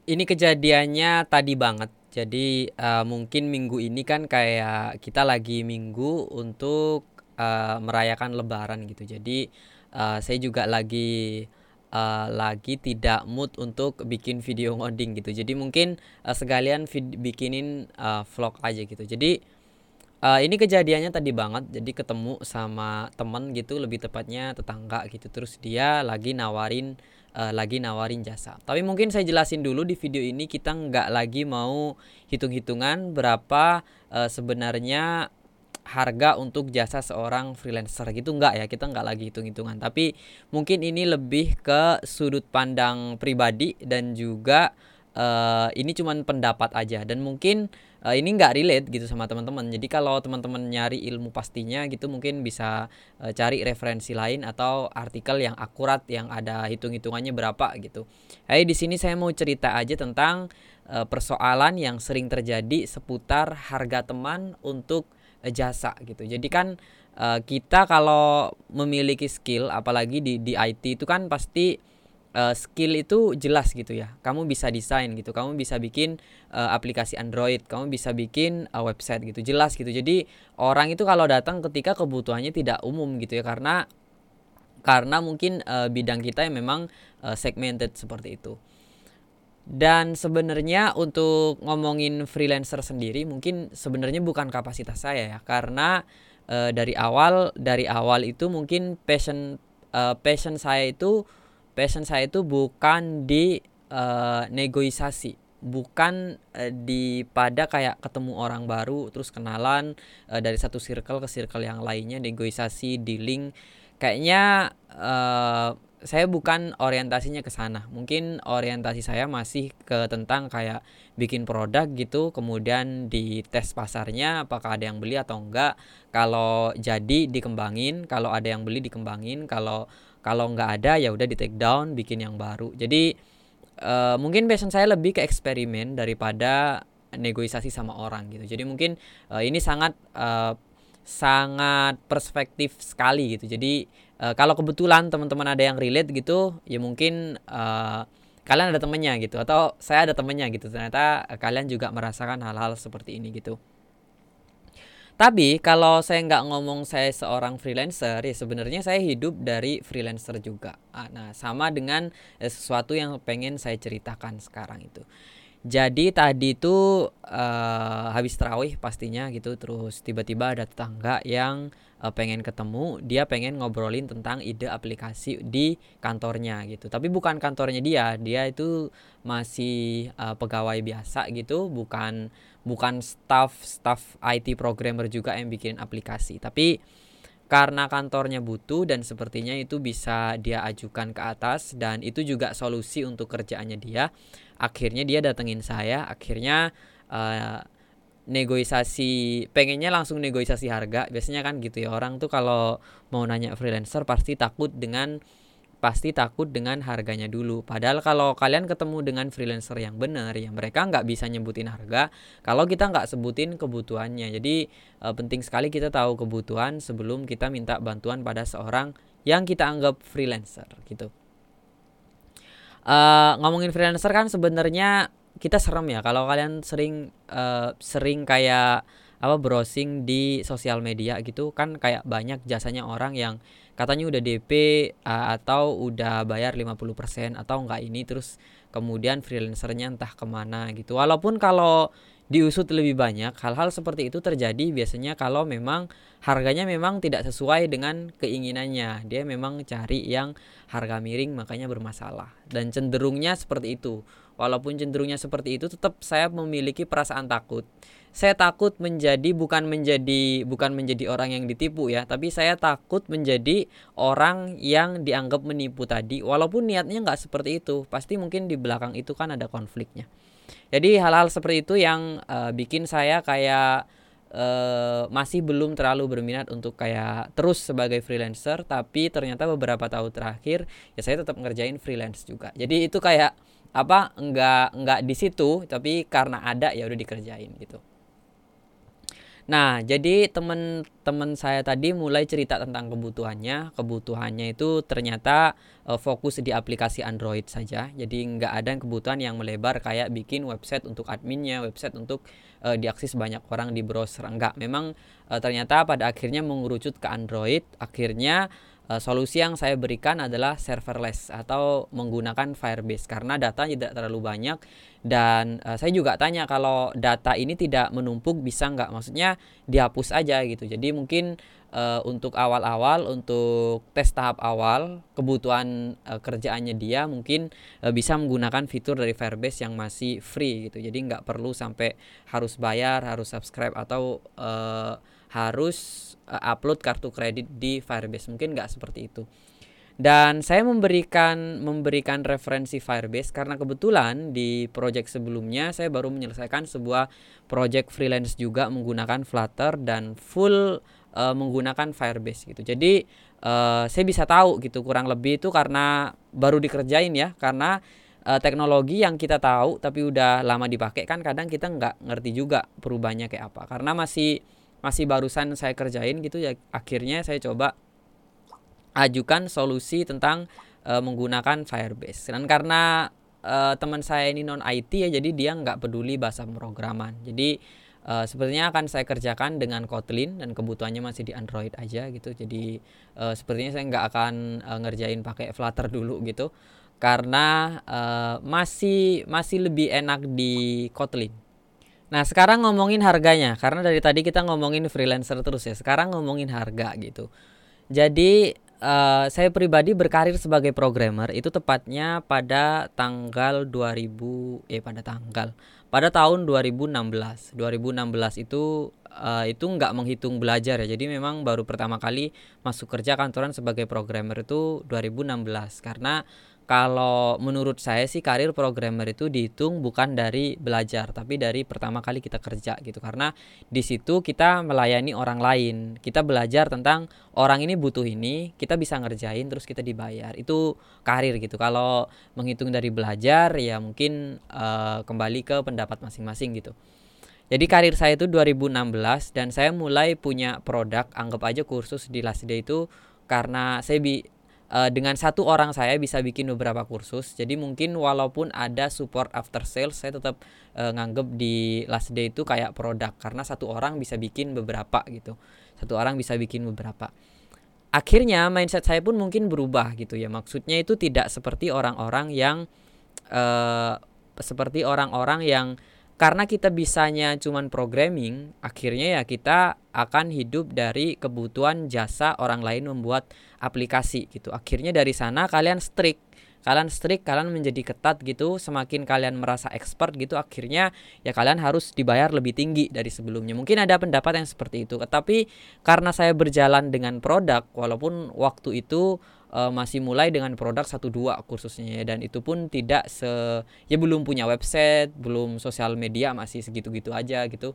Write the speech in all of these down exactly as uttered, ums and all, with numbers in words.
Ini kejadiannya tadi banget. Jadi eh, mungkin minggu ini kan kayak kita lagi minggu untuk eh, merayakan Lebaran gitu. Jadi eh, saya juga lagi eh, lagi tidak mood untuk bikin video ngoding gitu. Jadi mungkin eh, sekalian vid- bikinin eh, vlog aja gitu. Jadi Eh, ini kejadiannya tadi banget. Jadi ketemu sama temen gitu, lebih tepatnya tetangga gitu. Terus dia lagi nawarin eh, lagi nawarin jasa. Tapi mungkin saya jelasin dulu di video ini, kita nggak lagi mau hitung-hitungan berapa eh, sebenarnya harga untuk jasa seorang freelancer gitu, nggak ya, kita nggak lagi hitung-hitungan, tapi mungkin ini lebih ke sudut pandang pribadi dan juga eh, ini cuman pendapat aja, dan mungkin eh, ini nggak relate gitu sama teman-teman. Jadi kalau teman-teman nyari ilmu pastinya gitu, mungkin bisa eh, cari referensi lain atau artikel yang akurat yang ada hitung-hitungannya berapa gitu. Hai, di sini saya mau cerita aja tentang eh, persoalan yang sering terjadi seputar harga teman untuk eh, jasa gitu. Jadi kan eh, kita kalau memiliki skill, apalagi di di I T itu kan pasti eh, skill itu jelas gitu ya. Kamu bisa desain gitu, kamu bisa bikin eh, aplikasi Android, kamu bisa bikin eh, website gitu, jelas gitu. Jadi orang itu kalau datang ketika kebutuhannya tidak umum gitu ya, karena karena mungkin eh, bidang kita yang memang eh, segmented seperti itu. Dan sebenarnya untuk ngomongin freelancer sendiri, mungkin sebenarnya bukan kapasitas saya ya, karena e, dari awal dari awal itu mungkin passion e, passion saya itu passion saya itu bukan di e, negosiasi, bukan e, di pada kayak ketemu orang baru terus kenalan e, dari satu circle ke circle yang lainnya, negosiasi, dealing, kayaknya eh, saya bukan orientasinya ke sana. Mungkin orientasi saya masih ke tentang kayak bikin produk gitu, kemudian di tes pasarnya apakah ada yang beli atau enggak. Kalau jadi dikembangin, kalau ada yang beli dikembangin, kalau kalau enggak ada ya udah di take down, bikin yang baru. Jadi eh, mungkin passion saya lebih ke eksperimen daripada negosiasi sama orang gitu. Jadi mungkin eh, ini sangat eh, sangat perspektif sekali gitu. Jadi uh, kalau kebetulan teman-teman ada yang relate gitu, ya mungkin uh, kalian ada temennya gitu, atau saya ada temennya gitu. Ternyata uh, kalian juga merasakan hal-hal seperti ini gitu. Tapi kalau saya nggak ngomong saya seorang freelancer, ya sebenarnya saya hidup dari freelancer juga. Ah, Nah, sama dengan eh, sesuatu yang pengen saya ceritakan sekarang itu. Jadi tadi tuh eh, habis tarawih pastinya gitu, terus tiba-tiba ada tetangga yang eh, pengen ketemu, dia pengen ngobrolin tentang ide aplikasi di kantornya gitu. Tapi bukan kantornya dia, dia itu masih eh, pegawai biasa gitu, bukan bukan staff staff I T programmer juga yang bikin aplikasi. Tapi karena kantornya butuh dan sepertinya itu bisa dia ajukan ke atas, dan itu juga solusi untuk kerjaannya dia, akhirnya dia datengin saya. Akhirnya uh, negosiasi, pengennya langsung negosiasi harga. Biasanya kan gitu ya, orang tuh kalau mau nanya freelancer pasti takut dengan pasti takut dengan harganya dulu. Padahal kalau kalian ketemu dengan freelancer yang benar, ya mereka nggak bisa nyebutin harga kalau kita nggak sebutin kebutuhannya. Jadi e, penting sekali kita tahu kebutuhan sebelum kita minta bantuan pada seorang yang kita anggap freelancer gitu. E, ngomongin freelancer kan sebenarnya kita serem ya kalau kalian sering e, sering kayak apa browsing di sosial media gitu kan, kayak banyak jasanya orang yang katanya udah D P uh, atau udah bayar lima puluh persen atau enggak ini, terus kemudian freelancernya entah kemana gitu. Walaupun kalau diusut lebih banyak, hal-hal seperti itu terjadi biasanya kalau memang harganya memang tidak sesuai dengan keinginannya. Dia memang cari yang harga miring, makanya bermasalah. Dan cenderungnya seperti itu. Walaupun cenderungnya seperti itu, tetap saya memiliki perasaan takut. Saya takut menjadi bukan menjadi bukan menjadi orang yang ditipu ya, tapi saya takut menjadi orang yang dianggap menipu tadi. Walaupun niatnya nggak seperti itu, pasti mungkin di belakang itu kan ada konfliknya. Jadi hal-hal seperti itu yang uh, bikin saya kayak uh, masih belum terlalu berminat untuk kayak terus sebagai freelancer. Tapi ternyata beberapa tahun terakhir ya saya tetap ngerjain freelance juga. Jadi itu kayak apa, enggak enggak di situ, tapi karena ada ya udah dikerjain gitu. Nah, jadi temen-temen saya tadi mulai cerita tentang kebutuhannya. Kebutuhannya itu ternyata eh, fokus di aplikasi Android saja. Jadi nggak ada kebutuhan yang melebar kayak bikin website untuk adminnya, website untuk eh, diakses banyak orang di browser. Enggak, memang eh, ternyata pada akhirnya mengerucut ke Android. Akhirnya eh, solusi yang saya berikan adalah serverless atau menggunakan Firebase karena data tidak terlalu banyak. Dan uh, saya juga tanya kalau data ini tidak menumpuk bisa nggak, maksudnya dihapus aja gitu. Jadi mungkin uh, untuk awal-awal, untuk tes tahap awal kebutuhan uh, kerjaannya dia mungkin uh, bisa menggunakan fitur dari Firebase yang masih free gitu. Jadi nggak perlu sampai harus bayar, harus subscribe atau uh, harus uh, upload kartu kredit di Firebase, mungkin nggak seperti itu. Dan saya memberikan memberikan referensi Firebase karena kebetulan di project sebelumnya saya baru menyelesaikan sebuah project freelance juga menggunakan Flutter dan full uh, menggunakan Firebase gitu. Jadi uh, saya bisa tahu gitu kurang lebih itu karena baru dikerjain ya, karena uh, teknologi yang kita tahu tapi udah lama dipakai kan kadang kita nggak ngerti juga perubahannya kayak apa. Karena masih masih barusan saya kerjain gitu ya, akhirnya saya coba ajukan solusi tentang e, menggunakan Firebase. Dan karena e, teman saya ini non I T ya, jadi dia nggak peduli bahasa pemrograman. Jadi e, sepertinya akan saya kerjakan dengan Kotlin dan kebutuhannya masih di Android aja gitu. Jadi e, sepertinya saya nggak akan e, ngerjain pakai Flutter dulu gitu, karena e, masih masih lebih enak di Kotlin. Nah sekarang ngomongin harganya, karena dari tadi kita ngomongin freelancer terus ya. Sekarang ngomongin harga gitu. Jadi uh, saya pribadi berkarir sebagai programmer itu tepatnya pada tanggal dua ribu eh pada tanggal pada tahun dua ribu enam belas. dua ribu enam belas itu uh, itu nggak menghitung belajar ya. Jadi memang baru pertama kali masuk kerja kantoran sebagai programmer itu dua ribu enam belas. Karena kalau menurut saya sih karir programmer itu dihitung bukan dari belajar tapi dari pertama kali kita kerja gitu. Karena di situ kita melayani orang lain. Kita belajar tentang orang ini butuh ini, kita bisa ngerjain terus kita dibayar. Itu karir gitu. Kalau menghitung dari belajar ya mungkin uh, kembali ke pendapat masing-masing gitu. Jadi karir saya itu dua ribu enam belas dan saya mulai punya produk, anggap aja kursus di Lastday itu karena saya bi Uh, dengan satu orang saya bisa bikin beberapa kursus. Jadi mungkin walaupun ada support after sales, saya tetap uh, nganggep di Lastday itu kayak produk karena satu orang bisa bikin beberapa gitu. Satu orang bisa bikin beberapa. Akhirnya mindset saya pun mungkin berubah gitu ya. Maksudnya itu tidak seperti orang-orang yang uh, seperti orang-orang yang karena kita bisanya cuman programming, akhirnya ya kita akan hidup dari kebutuhan jasa orang lain membuat aplikasi gitu. Akhirnya dari sana kalian strict, kalian strict, kalian menjadi ketat gitu. Semakin kalian merasa expert gitu, akhirnya ya kalian harus dibayar lebih tinggi dari sebelumnya. Mungkin ada pendapat yang seperti itu. Tapi karena saya berjalan dengan produk, walaupun waktu itu Uh, masih mulai dengan produk satu dua kursusnya ya, dan itu pun tidak se ya belum punya website, belum sosial media, masih segitu-gitu aja gitu.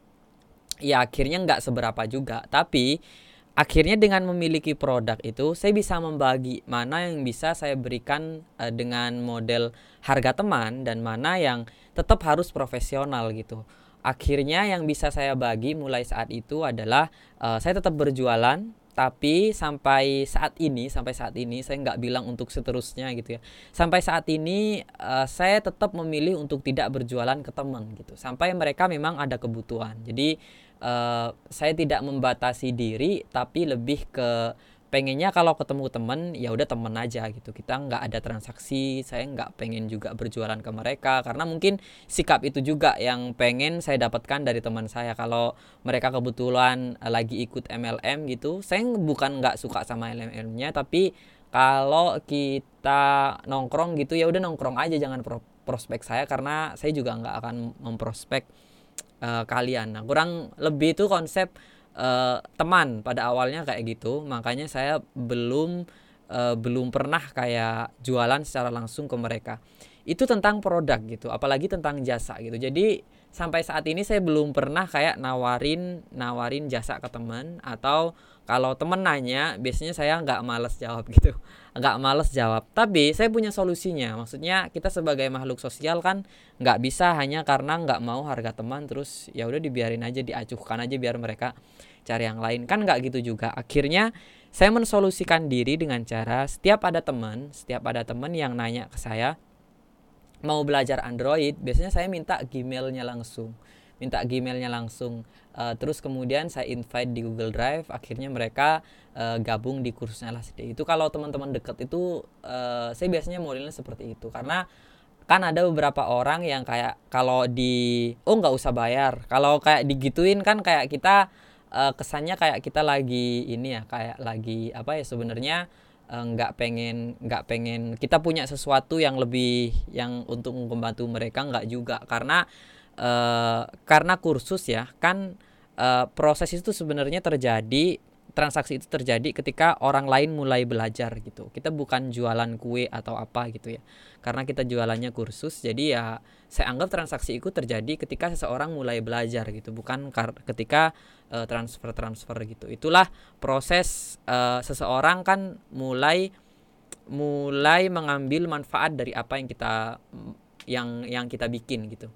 Ya akhirnya nggak seberapa juga. Tapi akhirnya dengan memiliki produk itu saya bisa membagi mana yang bisa saya berikan uh, dengan model harga teman dan mana yang tetap harus profesional gitu. Akhirnya yang bisa saya bagi mulai saat itu adalah uh, saya tetap berjualan. Tapi sampai saat ini, sampai saat ini saya nggak bilang untuk seterusnya gitu ya. Sampai saat ini uh, saya tetap memilih untuk tidak berjualan ke teman gitu. Sampai mereka memang ada kebutuhan. Jadi uh, saya tidak membatasi diri, tapi lebih ke pengennya kalau ketemu teman ya udah teman aja gitu. Kita nggak ada transaksi. Saya nggak pengen juga berjualan ke mereka karena mungkin sikap itu juga yang pengen saya dapatkan dari teman saya. Kalau mereka kebetulan lagi ikut M L M gitu, saya bukan nggak suka sama M L M-nya, tapi kalau kita nongkrong gitu ya udah nongkrong aja, jangan pro- prospek saya karena saya juga nggak akan memprospek uh, kalian. Nah kurang lebih itu konsep Uh, teman pada awalnya kayak gitu. Makanya saya belum uh, belum pernah kayak jualan secara langsung ke mereka. Itu tentang produk gitu, apalagi tentang jasa gitu. Jadi sampai saat ini saya belum pernah kayak nawarin nawarin jasa ke teman, atau kalau temen nanya biasanya saya nggak malas jawab gitu. nggak males jawab. Tapi saya punya solusinya. Maksudnya kita sebagai makhluk sosial kan nggak bisa hanya karena nggak mau harga teman terus ya udah dibiarin aja, diacuhkan aja biar mereka cari yang lain, kan nggak gitu juga. Akhirnya saya mensolusikan diri dengan cara setiap ada teman setiap ada teman yang nanya ke saya mau belajar Android, biasanya saya minta Gmailnya langsung minta Gmailnya langsung. Uh, terus kemudian saya invite di Google Drive, akhirnya mereka uh, gabung di kursusnya Lasde. Itu kalau teman-teman dekat itu uh, saya biasanya modelnya seperti itu, karena kan ada beberapa orang yang kayak kalau di oh nggak usah bayar, kalau kayak digituin kan kayak kita uh, kesannya kayak kita lagi ini ya, kayak lagi apa ya, sebenarnya uh, nggak pengen nggak pengen kita punya sesuatu yang lebih yang untuk membantu mereka, nggak juga. Karena uh, karena kursus ya kan, uh, proses itu sebenarnya terjadi, transaksi itu terjadi ketika orang lain mulai belajar gitu. Kita bukan jualan kue atau apa gitu ya, karena kita jualannya kursus. Jadi ya saya anggap transaksi itu terjadi ketika seseorang mulai belajar gitu, bukan kar- ketika uh, transfer-transfer gitu. Itulah proses uh, seseorang kan mulai mulai mengambil manfaat dari apa yang kita yang yang kita bikin gitu.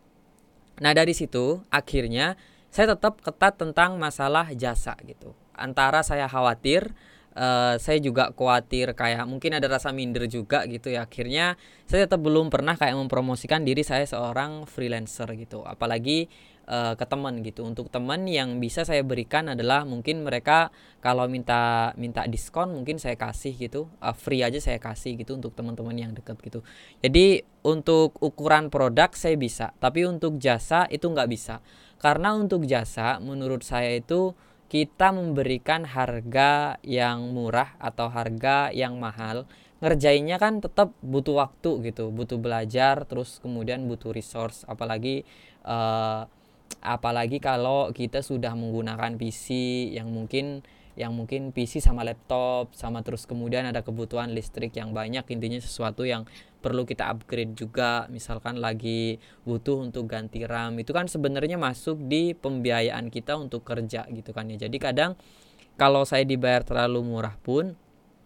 Nah dari situ akhirnya saya tetap ketat tentang masalah jasa gitu. Antara saya khawatir, uh, saya juga khawatir kayak mungkin ada rasa minder juga gitu ya. Akhirnya saya tetap belum pernah kayak mempromosikan diri saya seorang freelancer gitu. Apalagi uh, ke teman gitu. Untuk teman yang bisa saya berikan adalah mungkin mereka kalau minta minta diskon mungkin saya kasih gitu. Uh, free aja saya kasih gitu untuk teman-teman yang dekat gitu. Jadi untuk ukuran produk saya bisa, tapi untuk jasa itu nggak bisa. Karena untuk jasa menurut saya itu kita memberikan harga yang murah atau harga yang mahal, ngerjainnya kan tetap butuh waktu gitu, butuh belajar, terus kemudian butuh resource, apalagi uh, apalagi kalau kita sudah menggunakan P C yang mungkin yang mungkin P C sama laptop sama terus kemudian ada kebutuhan listrik yang banyak, intinya sesuatu yang perlu kita upgrade juga, misalkan lagi butuh untuk ganti RAM, itu kan sebenarnya masuk di pembiayaan kita untuk kerja gitu kan ya. Jadi kadang kalau saya dibayar terlalu murah pun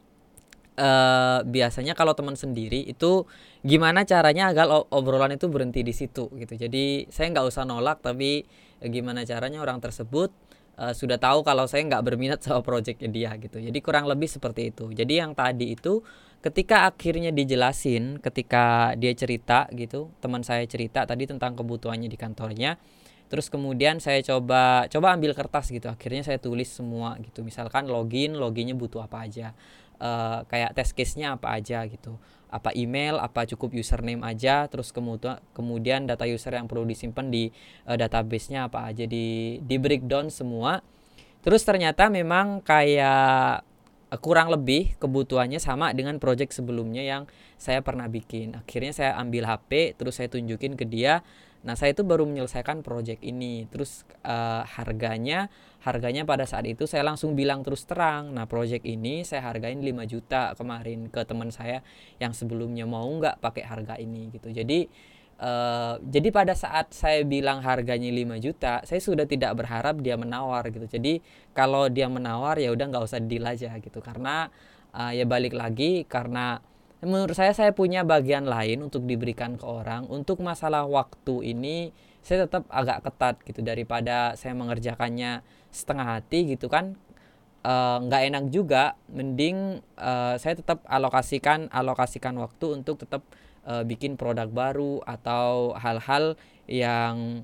Uh, biasanya kalau teman sendiri itu gimana caranya agar obrolan itu berhenti di situ gitu. Jadi saya nggak usah nolak, tapi gimana caranya orang tersebut uh, sudah tahu kalau saya nggak berminat sama projectnya dia gitu. Jadi kurang lebih seperti itu. Jadi yang tadi itu ketika akhirnya dijelasin, ketika dia cerita gitu, teman saya cerita tadi tentang kebutuhannya di kantornya, terus kemudian saya coba coba ambil kertas gitu, akhirnya saya tulis semua gitu, misalkan login loginnya butuh apa aja, uh, kayak test case-nya apa aja gitu, apa email, apa cukup username aja, terus kemudian kemudian data user yang perlu disimpan di uh, database-nya apa aja, di di breakdown semua. Terus ternyata memang kayak uh, kurang lebih kebutuhannya sama dengan project sebelumnya yang saya pernah bikin. Akhirnya saya ambil H P, terus saya tunjukin ke dia. Nah saya itu baru menyelesaikan project ini. Terus uh, harganya harganya pada saat itu saya langsung bilang terus terang, nah project ini saya hargain lima juta kemarin ke teman saya yang sebelumnya, mau nggak pakai harga ini gitu. Jadi uh, jadi pada saat saya bilang harganya lima juta, saya sudah tidak berharap dia menawar gitu. Jadi kalau dia menawar ya udah nggak usah deal aja gitu, karena uh, ya balik lagi, karena menurut saya saya punya bagian lain untuk diberikan ke orang. Untuk masalah waktu ini saya tetap agak ketat gitu, daripada saya mengerjakannya setengah hati gitu kan, nggak uh, enak juga. Mending uh, saya tetap alokasikan alokasikan waktu untuk tetap uh, bikin produk baru atau hal-hal yang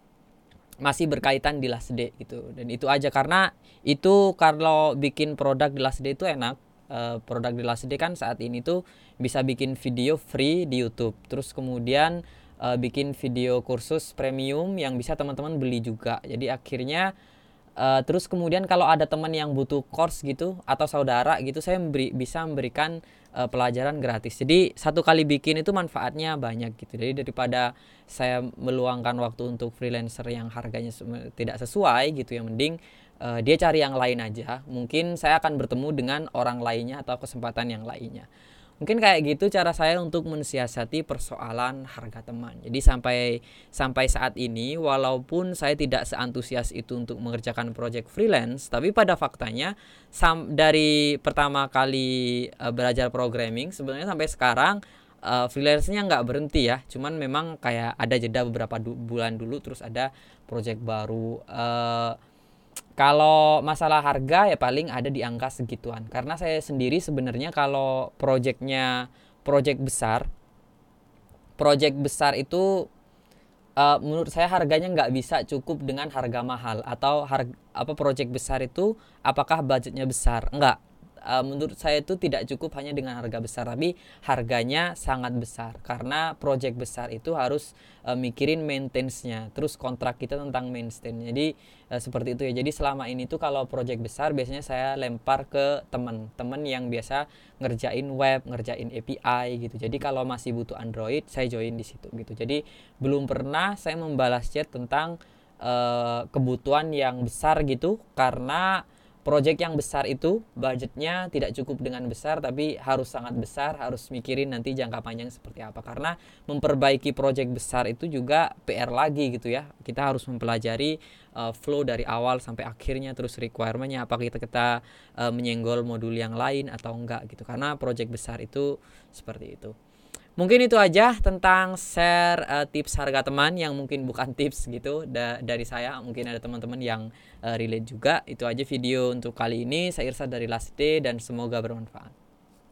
masih berkaitan di Lasde gitu. Dan itu aja, karena itu kalau bikin produk di Lasde itu enak. Uh, produk di Lasde kan saat ini tuh bisa bikin video free di YouTube, terus kemudian uh, bikin video kursus premium yang bisa teman-teman beli juga. Jadi akhirnya uh, terus kemudian kalau ada teman yang butuh course gitu atau saudara gitu, saya memberi, bisa memberikan uh, pelajaran gratis. Jadi satu kali bikin itu manfaatnya banyak gitu. Jadi daripada saya meluangkan waktu untuk freelancer yang harganya tidak sesuai gitu, yang mending Uh, dia cari yang lain aja. Mungkin saya akan bertemu dengan orang lainnya atau kesempatan yang lainnya. Mungkin kayak gitu cara saya untuk mensiasati persoalan harga teman. Jadi sampai sampai saat ini walaupun saya tidak seantusias itu untuk mengerjakan project freelance, tapi pada faktanya sam dari pertama kali uh, belajar programming sebenarnya sampai sekarang uh, freelance-nya nggak berhenti ya. Cuman memang kayak ada jeda beberapa du- bulan dulu terus ada project baru. Uh, kalau masalah harga ya paling ada di angka segituan. Karena saya sendiri sebenarnya kalau projectnya project besar, project besar itu uh, menurut saya harganya nggak bisa cukup dengan harga mahal atau harga apa project besar itu apakah budgetnya besar? Enggak. Uh, menurut saya itu tidak cukup hanya dengan harga besar, tapi harganya sangat besar karena project besar itu harus uh, mikirin maintenance-nya, terus kontrak kita tentang maintenance. Jadi uh, seperti itu ya. Jadi selama ini tuh kalau project besar biasanya saya lempar ke teman-teman yang biasa ngerjain web, ngerjain A P I gitu. Jadi kalau masih butuh Android, saya join di situ gitu. Jadi belum pernah saya membalas chat tentang uh, kebutuhan yang besar gitu karena project yang besar itu budgetnya tidak cukup dengan besar tapi harus sangat besar, harus mikirin nanti jangka panjang seperti apa karena memperbaiki project besar itu juga P R lagi gitu ya. Kita harus mempelajari uh, flow dari awal sampai akhirnya, terus requirement-nya apakah kita kita uh, menyenggol modul yang lain atau enggak gitu karena project besar itu seperti itu. Mungkin itu aja tentang share uh, tips harga teman yang mungkin bukan tips gitu da- dari saya. Mungkin ada teman-teman yang uh, relate juga. Itu aja video untuk kali ini. Saya Irsad dari Lasite dan semoga bermanfaat.